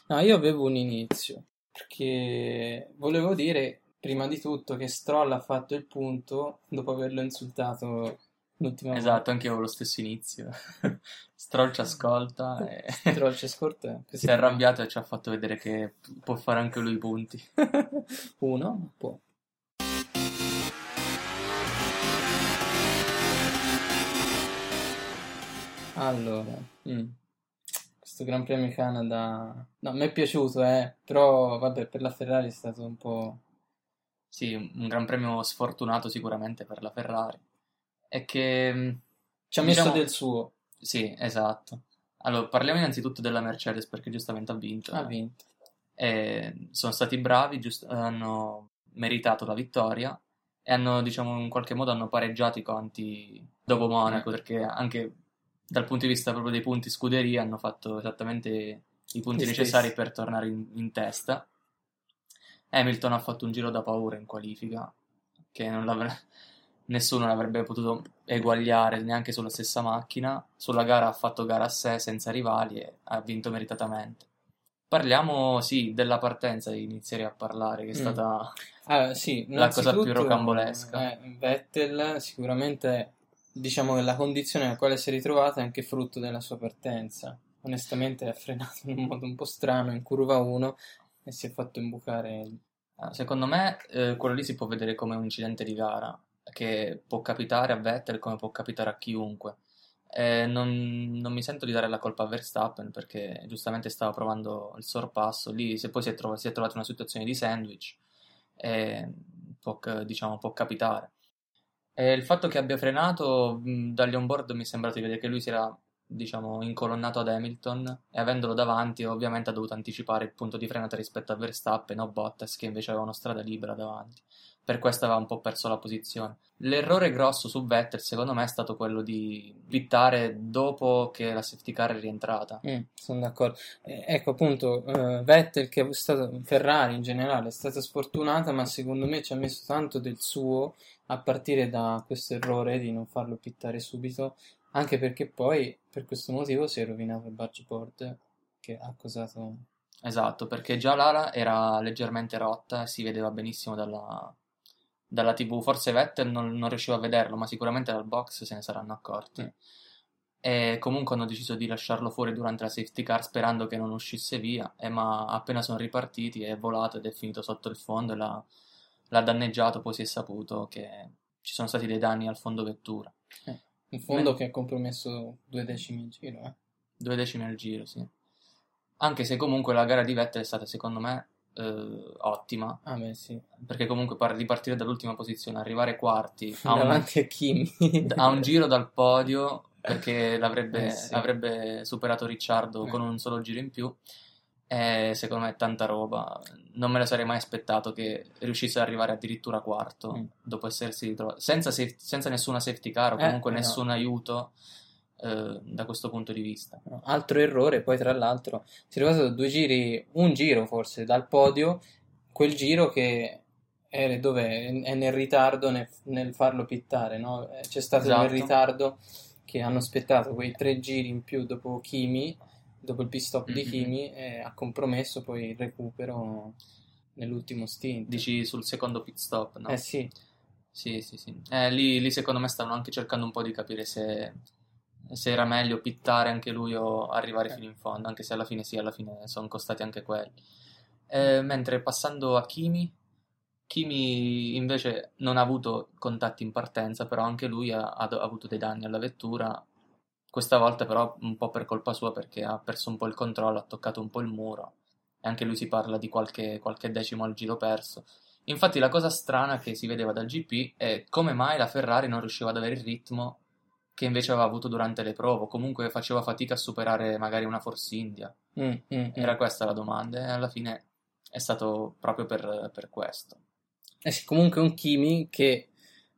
No, io avevo un inizio, perché volevo dire prima di tutto che Stroll ha fatto il punto dopo averlo insultato l'ultima Esatto, volta. anche io avevo lo stesso inizio. Stroll ci ascolta e Stroll ci ascolta si così è come arrabbiato e ci ha fatto vedere che può fare anche lui i punti. uno può. Allora, questo Gran Premio Canada, no, mi è piaciuto, però vabbè, per la Ferrari è stato un po'. Sì, un gran premio sfortunato sicuramente per la Ferrari. E che, Ci ha messo del diciamo, suo, sì, esatto. Allora, parliamo innanzitutto della Mercedes perché giustamente ha ha vinto. vinto. E sono stati bravi, hanno meritato la vittoria e hanno, diciamo, in qualche modo hanno pareggiato i conti dopo Monaco perché anche dal punto di vista proprio dei punti scuderia hanno fatto esattamente i Gli punti necessari stessi. per tornare in testa. Hamilton ha fatto un giro da paura in qualifica, che nessuno l'avrebbe potuto eguagliare neanche sulla stessa macchina. Sulla gara ha fatto gara a sé, senza rivali e ha vinto meritatamente. Parliamo, sì, della partenza, inizierei a parlare, che è Mm. stata Allora, sì, la cosa più innanzitutto rocambolesca. Vettel sicuramente diciamo che la condizione nella quale si è ritrovato è anche frutto della sua partenza. Onestamente ha frenato in un modo un po' strano in curva 1 e si è fatto imbucare. Secondo me, quello lì si può vedere come un incidente di gara, che può capitare a Vettel come può capitare a chiunque. Non mi sento di dare la colpa a Verstappen perché giustamente stava provando il sorpasso. Lì se poi si è trovato in una situazione di sandwich, e diciamo, può capitare. E il fatto che abbia frenato, dagli onboard mi è sembrato di vedere che lui si era, diciamo, incolonnato ad Hamilton e avendolo davanti ovviamente ha dovuto anticipare il punto di frenata rispetto a Verstappen o Bottas che invece aveva una strada libera davanti. Per questo aveva un po' perso la posizione. L'errore grosso su Vettel secondo me è stato quello di pittare dopo che la safety car è rientrata. Sono d'accordo. Ecco appunto, Vettel che è stato, Ferrari in generale è stata sfortunata, ma secondo me ci ha messo tanto del suo a partire da questo errore di non farlo pittare subito, anche perché poi per questo motivo si è rovinato il bargeboard che ha causato. Esatto, perché già l'ala era leggermente rotta e si vedeva benissimo dalla TV. Forse Vettel non riusciva a vederlo, ma sicuramente dal box se ne saranno accorti. Mm. E comunque hanno deciso di lasciarlo fuori durante la safety car sperando che non uscisse via, ma appena sono ripartiti è volato ed è finito sotto il fondo e l'ha danneggiato, poi si è saputo che ci sono stati dei danni al fondo vettura. Un fondo Men- che ha compromesso 2 decimi in giro, eh. 2 decimi al giro, sì. Anche se comunque la gara di Vettel è stata secondo me ottima, Ah beh sì, perché comunque ripartire dall'ultima posizione, arrivare quarti davanti a Kimi. a un giro dal podio, perché Sì. avrebbe superato Ricciardo Eh. con un solo giro in più, è secondo me tanta roba. Non me lo sarei mai aspettato che riuscisse ad arrivare addirittura quarto, Mm. dopo essersi ritrovato senza nessuna safety car o comunque No. nessun aiuto da questo punto di vista. No, altro errore, poi tra l'altro si è arrivato a 2 giri, un giro forse dal podio, quel giro che è, dove è nel ritardo nel farlo pittare, no? C'è stato quel Esatto. ritardo che hanno aspettato quei 3 giri in più dopo Kimi, dopo il pit stop Mm, di mm, mm. Kimi, e ha compromesso poi il recupero nell'ultimo stint. Dici sul secondo pit stop, Eh no? sì, Sì, sì, sì. Lì secondo me stavano anche cercando un po' di capire se era meglio pittare anche lui o arrivare eh, fino in fondo, anche se alla fine sì, alla fine sono costati anche quelli. Mentre passando a Kimi invece non ha avuto contatti in partenza, però anche lui ha avuto dei danni alla vettura. Questa volta però un po' per colpa sua perché ha perso un po' il controllo, ha toccato un po' il muro e anche lui si parla di qualche decimo al giro perso. Infatti la cosa strana che si vedeva dal GP è come mai la Ferrari non riusciva ad avere il ritmo che invece aveva avuto durante le prove, o comunque faceva fatica a superare magari una Force India. mm, mm, mm. Era questa la domanda e alla fine è stato proprio per questo. Eh sì, comunque un Kimi che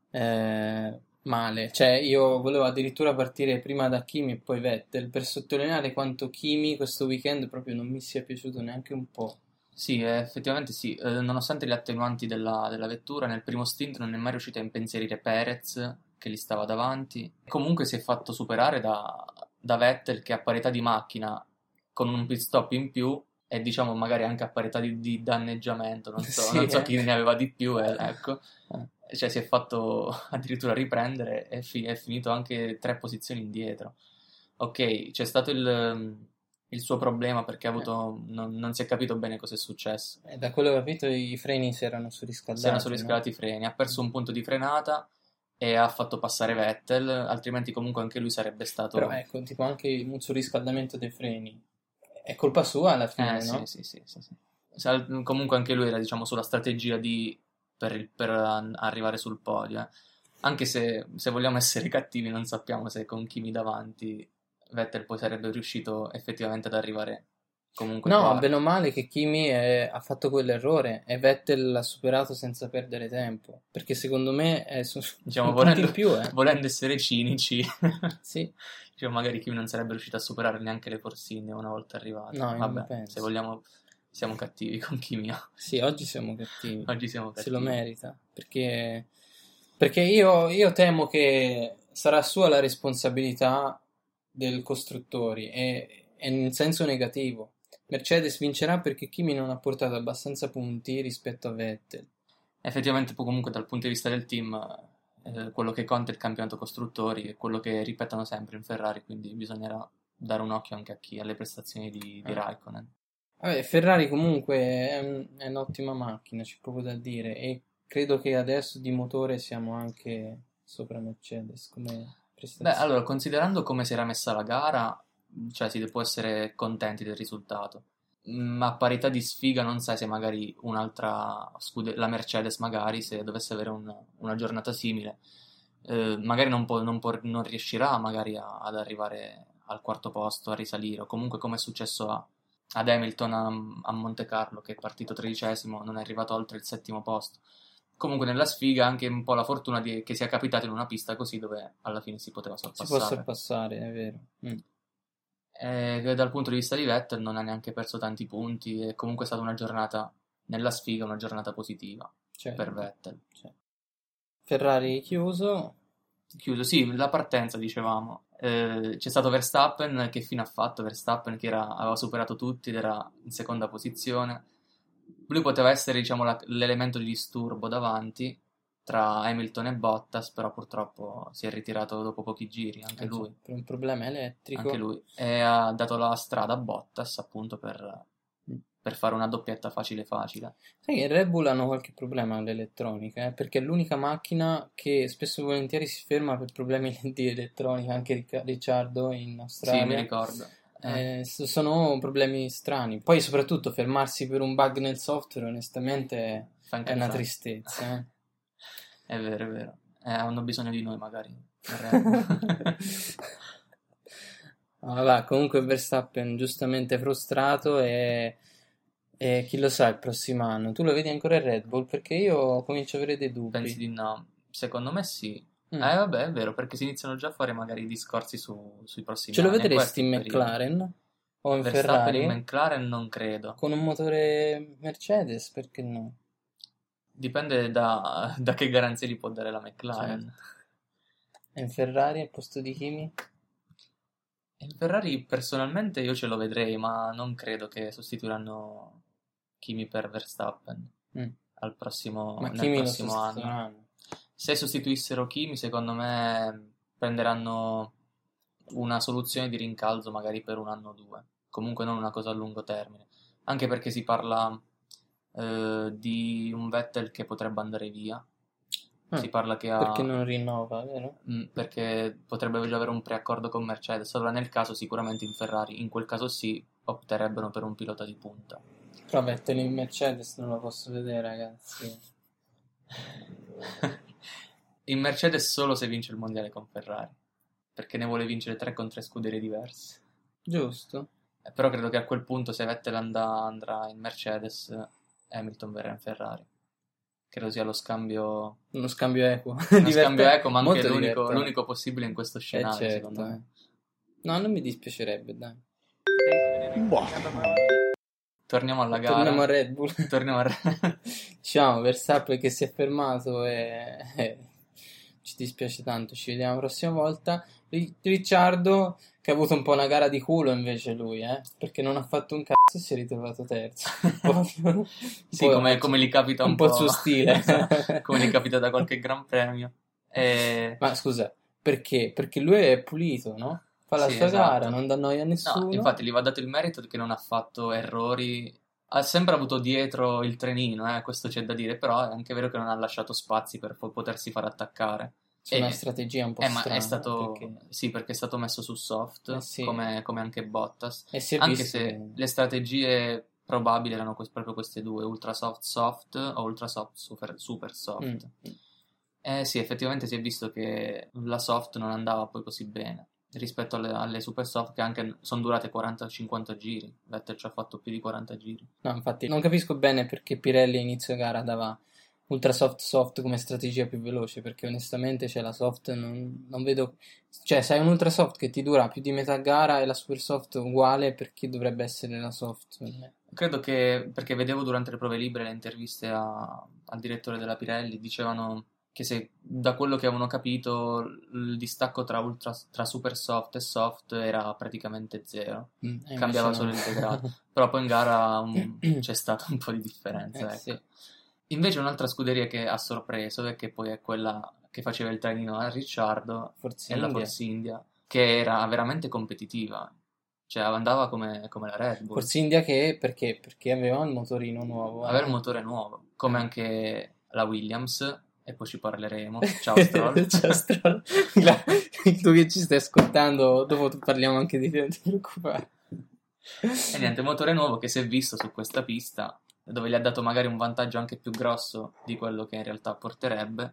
male, cioè io volevo addirittura partire prima da Kimi e poi Vettel per sottolineare quanto Kimi questo weekend proprio non mi sia piaciuto neanche un po'. Sì, effettivamente sì. Nonostante le attenuanti della vettura, nel primo stint non è mai riuscito a impensierire Perez, che gli stava davanti. Comunque si è fatto superare da Vettel, che a parità di macchina, con un pit stop in più, e diciamo magari anche a parità di danneggiamento, non so, non so Sì. chi ne aveva di più, ecco. Eh. Cioè si è fatto addirittura riprendere e è finito anche 3 posizioni indietro. Ok, c'è stato il suo problema perché ha Eh. avuto, non si è capito bene cosa è successo. E da quello che ho capito i freni si erano Si erano surriscaldati, no? surriscaldati i freni, ha perso un punto di frenata e ha fatto passare Vettel, altrimenti comunque anche lui sarebbe Però stato... ecco, tipo anche un surriscaldamento dei freni è colpa sua alla fine, Sì, no? sì, sì, sì, sì. Comunque anche lui era, diciamo, sulla strategia per arrivare sul podio. Anche se vogliamo essere cattivi, non sappiamo se con Kimi davanti Vettel poi sarebbe riuscito effettivamente ad arrivare comunque No, bene o quarto. male che ha fatto quell'errore e Vettel l'ha superato senza perdere tempo, perché secondo me è Diciamo, un punto in più, volendo essere cinici, Sì, diciamo, magari Kimi non sarebbe riuscito a superare neanche le Force India una volta arrivato. no, io non Vabbè, se penso. vogliamo, siamo cattivi con Kimi. Sì, oggi siamo cattivi, Oggi siamo se lo cattivi. merita, perché io temo che sarà sua la responsabilità del costruttori e in senso negativo. Mercedes vincerà perché Kimi non ha portato abbastanza punti rispetto a Vettel. Effettivamente, poi comunque dal punto di vista del team, quello che conta è il campionato costruttori, è quello che ripetono sempre in Ferrari, quindi bisognerà dare un occhio anche alle prestazioni di Eh. Raikkonen. Vabbè, Ferrari comunque è un'ottima macchina, c'è poco da dire e credo che adesso di motore siamo anche sopra Mercedes come Beh, prestazione. allora, considerando come si era messa la gara, cioè si può essere contenti del risultato. A parità di sfiga non sai se magari la Mercedes magari, se dovesse avere una giornata simile, magari non riuscirà magari ad arrivare al quarto posto, a risalire, o comunque come è successo ad Hamilton a Monte Carlo, che è partito 13°, non è arrivato oltre il 7° posto. Comunque nella sfiga anche un po' la fortuna che sia capitato in una pista così dove alla fine si poteva Si può sorpassare. sorpassare, è vero. Che dal punto di vista di Vettel non ha neanche perso tanti punti, è comunque stata una giornata nella sfiga, una giornata positiva per Certo. Vettel. Ferrari chiuso. Chiuso, sì, la partenza dicevamo. C'è stato Verstappen, che fine ha fatto? Verstappen che aveva superato tutti ed era in seconda posizione. Lui poteva essere, diciamo, l'elemento di disturbo davanti tra Hamilton e Bottas, però purtroppo si è ritirato dopo pochi giri, anche Già, lui. per un problema Anche elettrico. lui. E ha dato la strada a Bottas appunto per fare una doppietta facile facile. Sai che Red Bull hanno qualche problema all'elettronica, perché è l'unica macchina che spesso e volentieri si ferma per problemi di elettronica, anche Ricciardo in Sì, mi Australia. ricordo. Sono problemi strani. Poi soprattutto fermarsi per un bug nel software, onestamente, Fa è una incazzare. tristezza. È vero, è vero. Hanno bisogno di noi magari. il Red Bull. Va, comunque Verstappen giustamente frustrato e chi lo sa il prossimo anno. Tu lo vedi ancora il Red Bull? Perché io comincio a avere dei Pensi dubbi. di no? Secondo me sì. Mm. Vabbè, è vero, perché si iniziano già a fare magari discorsi sui prossimi Ce lo anni. È vedresti questo in il periodo. McLaren o in Verstappen in Ferrari McLaren non credo. con un motore Mercedes? Perché no? Dipende da che garanzie gli può dare la McLaren. Certo. E in Ferrari al posto di Kimi? Il Ferrari personalmente io ce lo vedrei, ma non credo che sostituiranno Kimi per Verstappen Mm. Ma nel Kimi lo prossimo anno. sostituiranno. Se sostituissero Kimi, secondo me prenderanno una soluzione di rincalzo magari per un anno o due. Comunque non una cosa a lungo termine. Anche perché si parla di un Vettel che potrebbe andare via. Ah, Si parla che perché ha non rinnova, vero? perché potrebbe già avere un preaccordo con Mercedes. Allora, nel caso, sicuramente in Ferrari, in quel caso sì, opterebbero per un pilota di punta. Però Vettel in Mercedes non lo posso vedere, ragazzi. In Mercedes solo se vince il mondiale con Ferrari, perché ne vuole vincere 3 con 3 scuderie diverse. Giusto? Però credo che a quel punto, se Vettel andrà in Mercedes, Hamilton verrà in Ferrari. Credo sia lo scambio, Uno scambio equo. uno scambio equo, ma anche Molto divertente. l'unico possibile in questo scenario, secondo Certo, me. No, non mi dispiacerebbe, dai. Boh. Torniamo alla Torniamo gara. a Red Bull. Torniamo a... Diciamo, Verstappen che si è fermato ci dispiace tanto, ci vediamo la prossima volta. Ricciardo, che ha avuto un po' una gara di culo invece lui, perché non ha fatto un cazzo e si è ritrovato terzo. Un Sì, po', come gli capita un un po' po', suo stile. esatto, come gli capita da qualche gran premio. Ma scusa, perché? Perché lui è pulito, no? Fa la Sì, sua gara, esatto. non dà noia a No, nessuno. infatti gli va dato il merito che non ha fatto errori. Ha sempre avuto dietro il trenino, questo c'è da dire, però è anche vero che non ha lasciato spazi per potersi far attaccare. C'è una strategia un po' Ma è strana, stato, perché... sì, perché è stato messo su soft, sì, come anche Bottas, e si è anche visto se che... le strategie probabili erano proprio queste due, ultra soft soft o ultra soft super soft. Sì, effettivamente si è visto che la soft non andava poi così bene rispetto alle super soft che anche sono durate 40-50 giri. Vettel ci ha fatto più di 40 giri. No, infatti non capisco bene perché Pirelli a inizio gara dava ultra soft come strategia più veloce, perché onestamente c'è la soft non vedo... Cioè, se hai un ultra soft che ti dura più di metà gara e la super soft uguale, perché dovrebbe essere la soft? Credo che, perché vedevo durante le prove libere le interviste al direttore della Pirelli, dicevano che se da quello che avevano capito il distacco tra super soft e soft era praticamente zero, cambiava solo il degrado, però poi in gara c'è stata un po' di differenza, ecco. Sì. Invece un'altra scuderia che ha sorpreso e che poi è quella che faceva il trainino a Ricciardo è la Force India, che era veramente competitiva, cioè andava come la Red Bull. Force India perché aveva un motorino nuovo. Aveva un motore nuovo, come anche la Williams, e poi ci parleremo. Ciao Stroll. Ciao Stroll. Tu che ci stai ascoltando, dopo parliamo anche di te, non ti preoccupare. E niente, motore nuovo che si è visto su questa pista, dove gli ha dato magari un vantaggio anche più grosso di quello che in realtà porterebbe.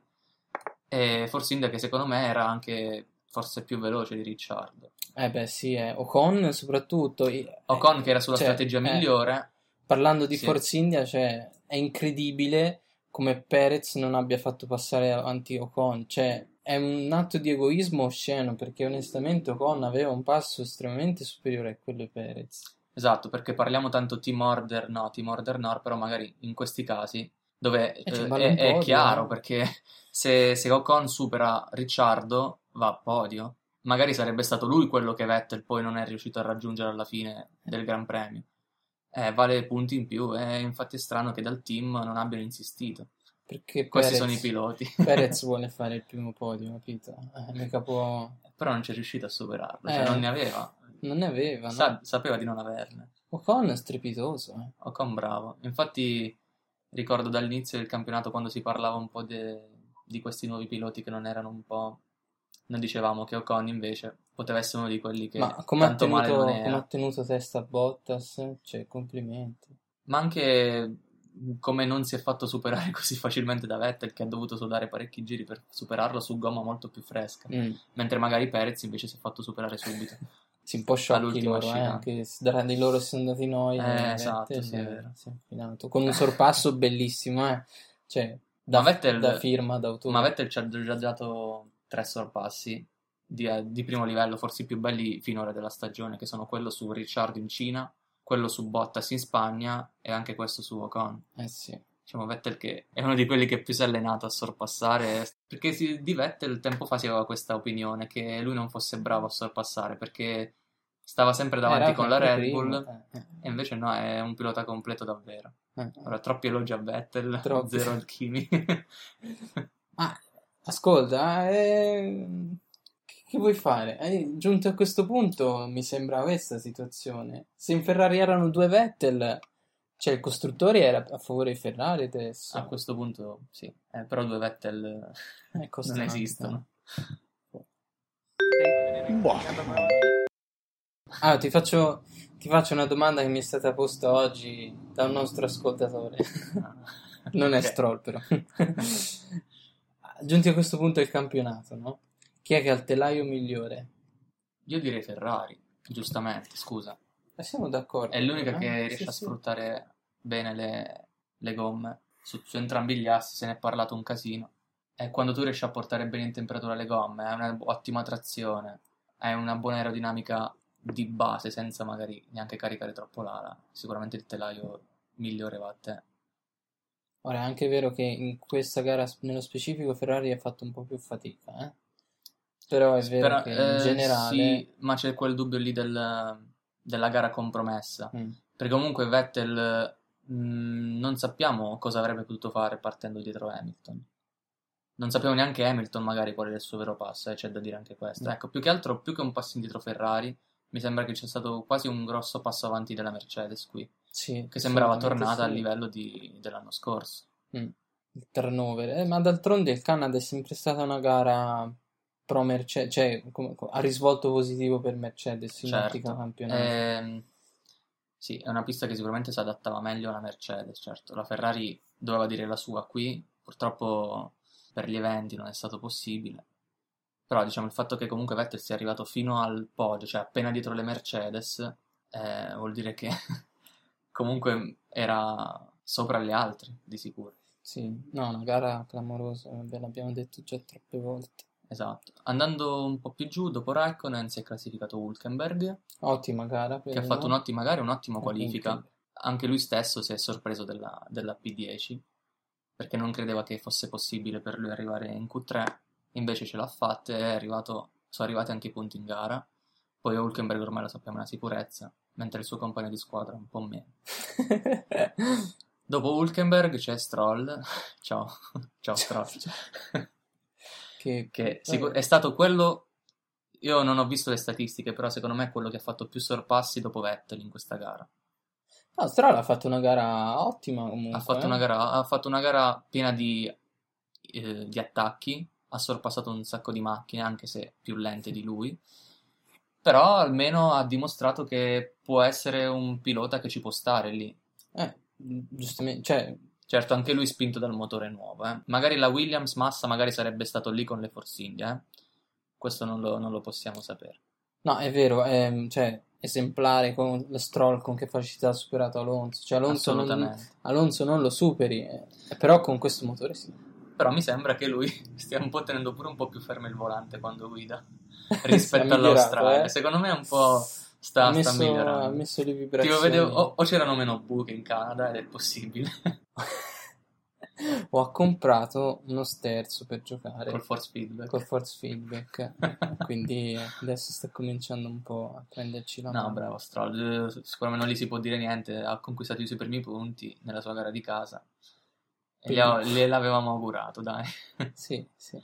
E Force India che secondo me era anche forse più veloce di Ricciardo. Beh sì, Ocon soprattutto. Ocon che era sulla strategia migliore. Parlando di sì. Force India, cioè, è incredibile come Perez non abbia fatto passare avanti Ocon. Cioè, è un atto di egoismo osceno, perché onestamente Ocon aveva un passo estremamente superiore a quello di Perez. Esatto, perché parliamo tanto team order no, però magari in questi casi dove è chiaro, perché se Ocon supera Ricciardo va a podio, magari sarebbe stato lui quello che Vettel poi non è riuscito a raggiungere alla fine del Gran Premio. Vale punti in più, infatti è strano che dal team non abbiano insistito. Perché questi sono i piloti. Perez vuole fare il primo podio, capito? Mica può... Però non c'è riuscito a superarlo, cioè non ne aveva. Non ne aveva, no? Sapeva di non averne. Ocon è strepitoso. Ocon bravo. Infatti ricordo dall'inizio del campionato quando si parlava un po' di questi nuovi piloti che non erano un po'... Noi dicevamo che Ocon invece poteva essere uno di quelli che tanto male non era. Come ha tenuto testa a Bottas, cioè complimenti. Ma anche come non si è fatto superare così facilmente da Vettel, che ha dovuto sudare parecchi giri per superarlo su gomma molto più fresca, mentre magari Perez invece si è fatto superare subito. Sì, un po' sciocchi loro, anche dei loro essendo andati noi. Esatto, sì, è vero. Si è infilato. Con un sorpasso bellissimo, cioè da firma d'autore. Ma Vettel ci ha già dato 3 sorpassi di primo livello, forse i più belli finora della stagione, che sono quello su Ricciardo in Cina, quello su Bottas in Spagna e anche questo su Ocon. Sì. Diciamo Vettel che è uno di quelli che più si è allenato a sorpassare, perché di Vettel tempo fa si aveva questa opinione che lui non fosse bravo a sorpassare perché stava sempre davanti con la Red Bull e invece no, è un pilota completo davvero. Ora troppi elogi a Vettel, zero al Kimi. Ascolta, che vuoi fare? Giunto a questo punto mi sembra questa situazione. Se in Ferrari erano 2 Vettel, cioè il costruttore era a favore di Ferrari adesso. A questo punto sì, però 2 Vettel non esistono. Ti faccio una domanda che mi è stata posta oggi da un nostro ascoltatore. Non è Stroll, però. Giunti a questo punto del campionato, no? Chi è che ha il telaio migliore? Io direi Ferrari, giustamente, scusa. Siamo d'accordo. È l'unica che riesce a sfruttare bene le gomme. Su entrambi gli assi se ne è parlato un casino. E quando tu riesci a portare bene in temperatura le gomme, hai un'ottima trazione, hai una buona aerodinamica di base, senza magari neanche caricare troppo l'ala, sicuramente il telaio migliore va a te. Ora è anche vero che in questa gara nello specifico Ferrari ha fatto un po' più fatica, eh? Però è vero che in generale... Sì, ma c'è quel dubbio lì della gara compromessa. mm, Perché comunque Vettel non sappiamo cosa avrebbe potuto fare partendo dietro Hamilton. Non sappiamo neanche Hamilton magari qual è il suo vero passo, c'è da dire anche questo. mm, Ecco, più che altro, più che un passo indietro Ferrari, mi sembra che c'è stato quasi un grosso passo avanti della Mercedes qui, sì, che sembrava assolutamente tornata al sì. livello dell'anno scorso. Mm, il turnover. Ma d'altronde il Canada è sempre stata una gara pro Mercedes, cioè ha risvolto positivo per Mercedes in ottica Certo. campionato. Sì, è una pista che sicuramente si adattava meglio alla Mercedes, certo. La Ferrari doveva dire la sua qui, purtroppo per gli eventi non è stato possibile. Però diciamo il fatto che comunque Vettel sia arrivato fino al podio, cioè appena dietro le Mercedes, vuol dire che comunque era sopra gli altri, di sicuro. Sì, no, una gara clamorosa, ve l'abbiamo detto già troppe volte. Esatto. Andando un po' più giù, dopo Raikkonen si è classificato Hülkenberg, Ottima gara che ha per fatto no? un'ottima gara e un'ottima qualifica. Hülkenberg. Anche lui stesso si è sorpreso della P10, perché non credeva che fosse possibile per lui arrivare in Q3, invece ce l'ha fatta e sono arrivati anche i punti in gara. Poi Hülkenberg ormai lo sappiamo è una sicurezza, mentre il suo compagno di squadra un po' meno. Dopo Hülkenberg c'è Stroll, ciao, ciao Stroll, che è stato quello, io non ho visto le statistiche, però secondo me è quello che ha fatto più sorpassi dopo Vettel in questa gara. No, Stroll ha fatto una gara ottima comunque. Ha fatto una gara piena di attacchi, ha sorpassato un sacco di macchine, anche se più lente di lui, però almeno ha dimostrato che può essere un pilota che ci può stare lì. Giustamente, cioè, Certo, anche lui spinto dal motore nuovo, eh. Magari la Williams Massa magari sarebbe stato lì con le Force India, eh. Questo non lo possiamo sapere. no, è vero, è, cioè, esemplare con lo Stroll con che facilità ha superato Alonso. Cioè, Assolutamente. Alonso non lo superi, però con questo motore sì. Però mi sembra che lui stia un po' tenendo pure un po' più fermo il volante quando guida Sì, ha rispetto migliorato, all'Australia. Secondo me un po' sta Ha migliorando. messo le Tipo, vedevo, vibrazioni. o c'erano meno buche in Canada ed è possibile. O ha comprato uno sterzo per giocare Col force feedback. col force feedback. Quindi adesso sta cominciando un po' a prenderci la No, mano. bravo Stroll. Sicuramente non gli si può dire niente. Ha conquistato i suoi primi punti nella sua gara di casa. E Quindi, gliel'avevamo augurato, dai. sì, sì.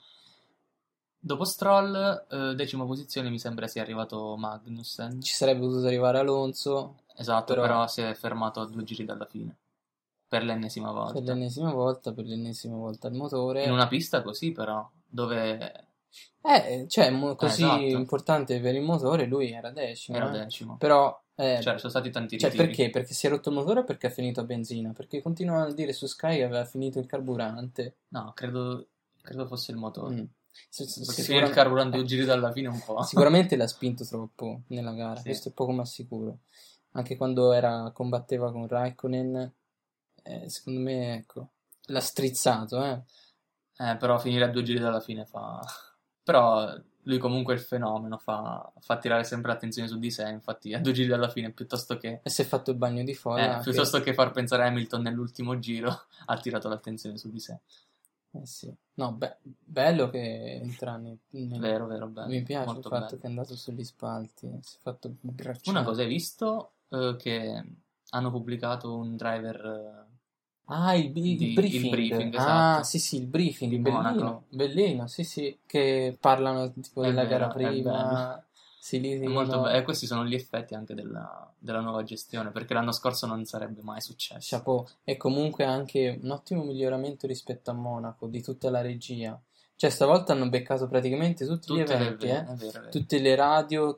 Dopo Stroll, decima posizione, mi sembra sia arrivato Magnussen. Ci sarebbe potuto arrivare Alonso, Esatto, però però si è fermato a 2 giri dalla fine. Per l'ennesima volta. per l'ennesima volta il motore. In una pista così, però, dove Cioè, così esatto, importante per il motore, lui era decimo, era decimo. Però, Cioè, sono stati tanti cioè, ritiri. perché? Perché si è rotto il motore o perché ha finito a benzina? Perché continuano a dire su Sky che aveva finito il carburante. No, credo fosse il motore. Mm. Perché finire il carburante 2 giri dalla fine è un po'. Sicuramente l'ha spinto troppo nella gara, Sì. questo è poco ma sicuro. Anche quando combatteva con Raikkonen, secondo me, ecco, l'ha strizzato, Però finire a 2 giri dalla fine fa. Però lui comunque è il fenomeno, fa tirare sempre l'attenzione su di sé, infatti a 2 giri dalla fine piuttosto che. E si è fatto il bagno di folla. Piuttosto che far pensare a Hamilton nell'ultimo giro, ha tirato l'attenzione su di sé. Sì. No, bello che entra Vero, bello. Mi piace molto il fatto bello. che è andato sugli spalti, si è fatto bracciare. Una cosa, hai visto che hanno pubblicato un driver il briefing. il briefing, Ah, esatto, sì, il briefing, di Monaco. bellino, sì, che parlano tipo È della vero, gara è bello. prima, si È litigano. molto bello. E questi sono gli effetti anche della nuova gestione, perché l'anno scorso non sarebbe mai successo. Chapeau. E comunque anche un ottimo miglioramento rispetto a Monaco, di tutta la regia. Cioè, stavolta hanno beccato praticamente tutti gli eventi, è vero. tutte le radio,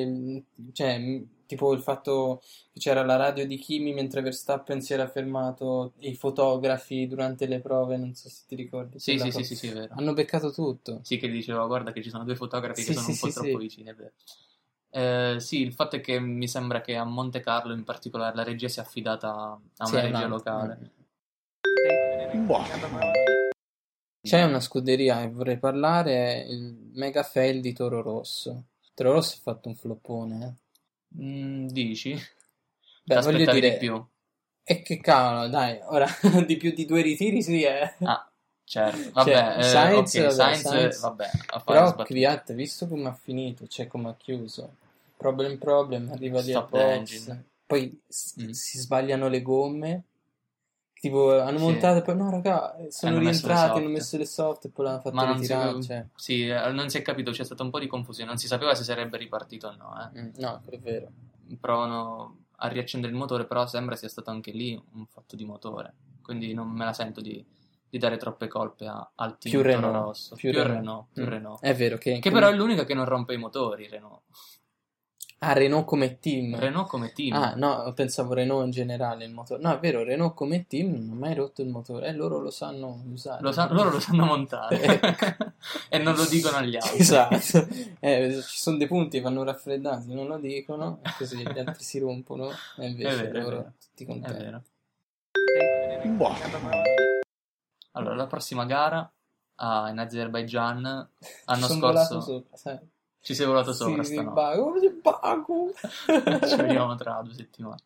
cioè, tipo il fatto che c'era la radio di Kimi mentre Verstappen si era fermato, e i fotografi durante le prove, non so se ti ricordi. Sì, è vero. Hanno beccato tutto. Sì, che diceva, guarda che ci sono 2 fotografi che Sì, sono sì, un po' sì, troppo sì. vicini, è vero. Sì, il fatto è che mi sembra che a Monte Carlo in particolare la regia sia affidata a Sì, una è regia un- locale. Boh. C'è una scuderia che vorrei parlare, è il Mega Fail di Toro Rosso. Toro Rosso ha fatto un floppone, Dici? Ti Beh, voglio aspettavi di dire, più? E che cavolo, dai, ora di più di 2 ritiri sì, Ah, certo, Cioè, vabbè, Sainz, ok, vabbè, Sainz, Sainz. vabbè, a fare Però sbattute. Kvyat, visto come ha finito, cioè come ha chiuso, problem, arriva lì al Stop the box, engine. poi Mm, si sbagliano le gomme, tipo hanno sì, montato e poi no raga, sono hanno messo le rientrati, hanno soft. messo le soft e poi l'hanno Ma fatto non si, ritirare, cioè, sì, non si è capito, c'è stato un po' di confusione, non si sapeva se sarebbe ripartito o no, eh. no, è vero. Provano a riaccendere il motore, però sembra sia stato anche lì un fatto di motore, quindi non me la sento di dare troppe colpe al Più team Toro Renault, Rosso. più Più Renault. Renault, più Renault. È vero Che però è l'unica che non rompe i motori, Renault. Ah, Renault come team. Renault come Ah, team. no, pensavo Renault in generale il motore. No, è vero, Renault come team non ha mai rotto il motore e loro lo sanno usare. Loro lo sanno montare Ecco. e non lo dicono agli altri. Esatto. Ci sono dei punti che vanno raffreddati, non lo dicono, e così gli altri si rompono e invece È vero, loro tutti è contenti. vero. Boh. Allora, la prossima gara in Azerbaijan, l'anno Ci sono volato scorso sopra, sai? ci sei volato sopra Sì, stanotte. Baku. Ci vediamo tra 2 settimane.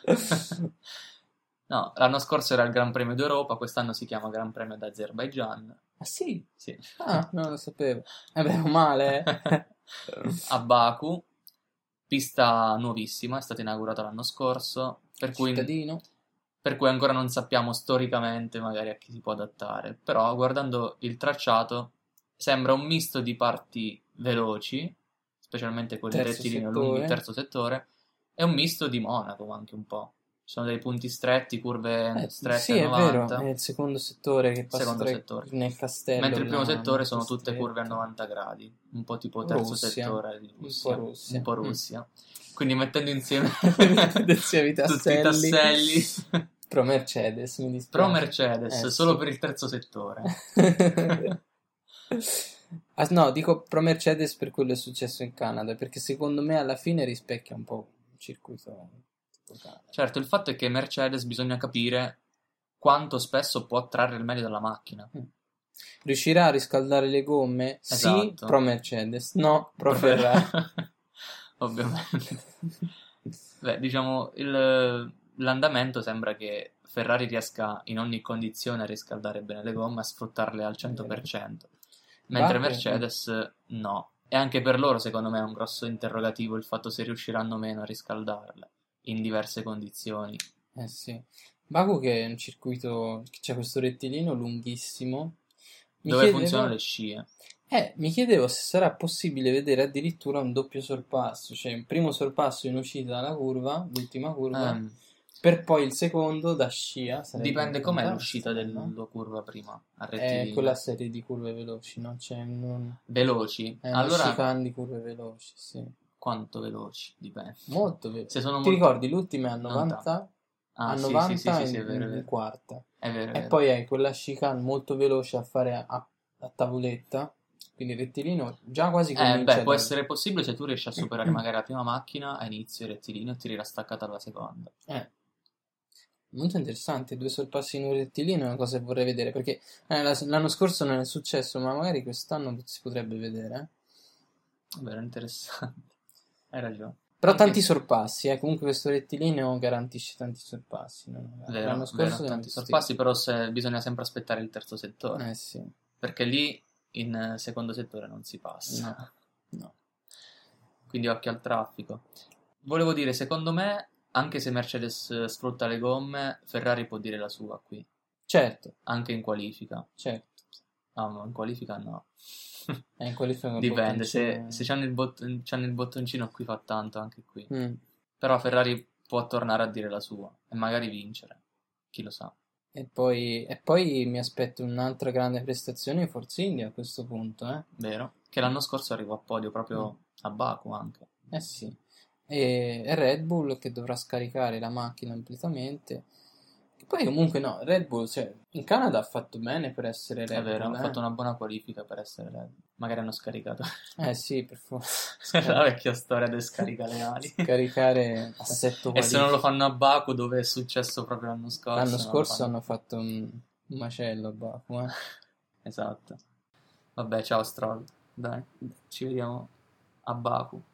No, l'anno scorso era il Gran Premio d'Europa, quest'anno si chiama Gran Premio d'Azerbaijan. Ah sì? Sì. Ah, non lo sapevo. Beh, male. A Baku, pista nuovissima, è stata inaugurata l'anno scorso, Cittadino. per cui ancora non sappiamo storicamente magari a chi si può adattare. Però guardando il tracciato sembra un misto di parti veloci, specialmente quelli Terzo rettilinei lunghi, settore. terzo settore, e un misto di Monaco anche un po'. Ci sono dei punti stretti, curve strette Sì, a è vero, 90. è il secondo settore che passa Secondo settore. nel castello. Mentre il primo là, settore molto sono tutte curve a stretto. 90 gradi, un po' tipo terzo Russia, settore di un Russia, po' Russia. un po' Russia. Quindi mettendo insieme Insieme i tutti i tasselli. Pro Mercedes, mi dispiace. Pro Mercedes, solo sì. per il terzo settore. Ah, no, dico pro Mercedes per quello che è successo in Canada, perché secondo me alla fine rispecchia un po' il circuito tipo Canada. Certo, il fatto è che Mercedes bisogna capire quanto spesso può trarre il meglio dalla macchina. Riuscirà a riscaldare le gomme? Sì, Esatto. pro Mercedes, no, pro Ferrari. Ovviamente. Beh, diciamo, l'andamento sembra che Ferrari riesca in ogni condizione a riscaldare bene le gomme, a sfruttarle al 100%, mentre Baku, Mercedes no. E anche per loro, secondo me, è un grosso interrogativo il fatto se riusciranno o meno a riscaldarle in diverse condizioni. sì. Baku che è un circuito, che c'è questo rettilineo lunghissimo. Dove funzionano le scie. Mi chiedevo se sarà possibile vedere addirittura un doppio sorpasso, cioè un primo sorpasso in uscita dalla curva, l'ultima curva, per poi il secondo da scia. Dipende com'è l'uscita della curva prima, a rettilineo. Quella serie di curve veloci, no? Veloci? È una Allora, chicane di curve veloci, sì. quanto veloci? Dipende. Molto veloci. Se sono Ti molto... ricordi, l'ultima è a 90? Ah, a sì, 90 sì, è in vero. quarta. È vero, è E vero. poi hai quella chicane molto veloce a fare a tavoletta, quindi il rettilineo già quasi comincia può essere possibile se tu riesci a superare magari la prima macchina a inizio rettilineo e tiri la staccata alla seconda. Molto interessante, 2 sorpassi in un rettilineo è una cosa che vorrei vedere, perché l'anno scorso non è successo, ma magari quest'anno si potrebbe vedere. Vero, interessante. Hai ragione. Però tanti sorpassi, comunque questo rettilineo garantisce tanti sorpassi. Vero, L'anno scorso tanti sorpassi, però bisogna sempre aspettare il terzo settore. Sì. Perché lì in secondo settore non si passa. No. Quindi occhio al traffico. Volevo dire, secondo me, anche se Mercedes sfrutta le gomme, Ferrari può dire la sua qui. Certo. Anche in qualifica. Certo. No, in qualifica no. In qualifica Dipende, se c'hanno il bottoncino qui fa tanto anche qui. Mm. Però Ferrari può tornare a dire la sua e magari vincere. Chi lo sa. E poi mi aspetto un'altra grande prestazione in Force India a questo punto, Vero? Che l'anno scorso arrivò a podio proprio a Baku anche. Sì. E Red Bull che dovrà scaricare la macchina completamente. E poi comunque no, Red Bull, cioè, in Canada ha fatto bene per essere Red Bull. È vero, hanno fatto una buona qualifica per essere Red Bull. Magari hanno scaricato. Sì, per forza. La vecchia storia del scarica le ali. Scaricare assetto qualifica. E se non lo fanno a Baku, dove è successo proprio l'anno scorso? L'anno scorso hanno fatto un macello a Baku, Esatto. Vabbè, ciao Stroll. Dai, ci vediamo a Baku.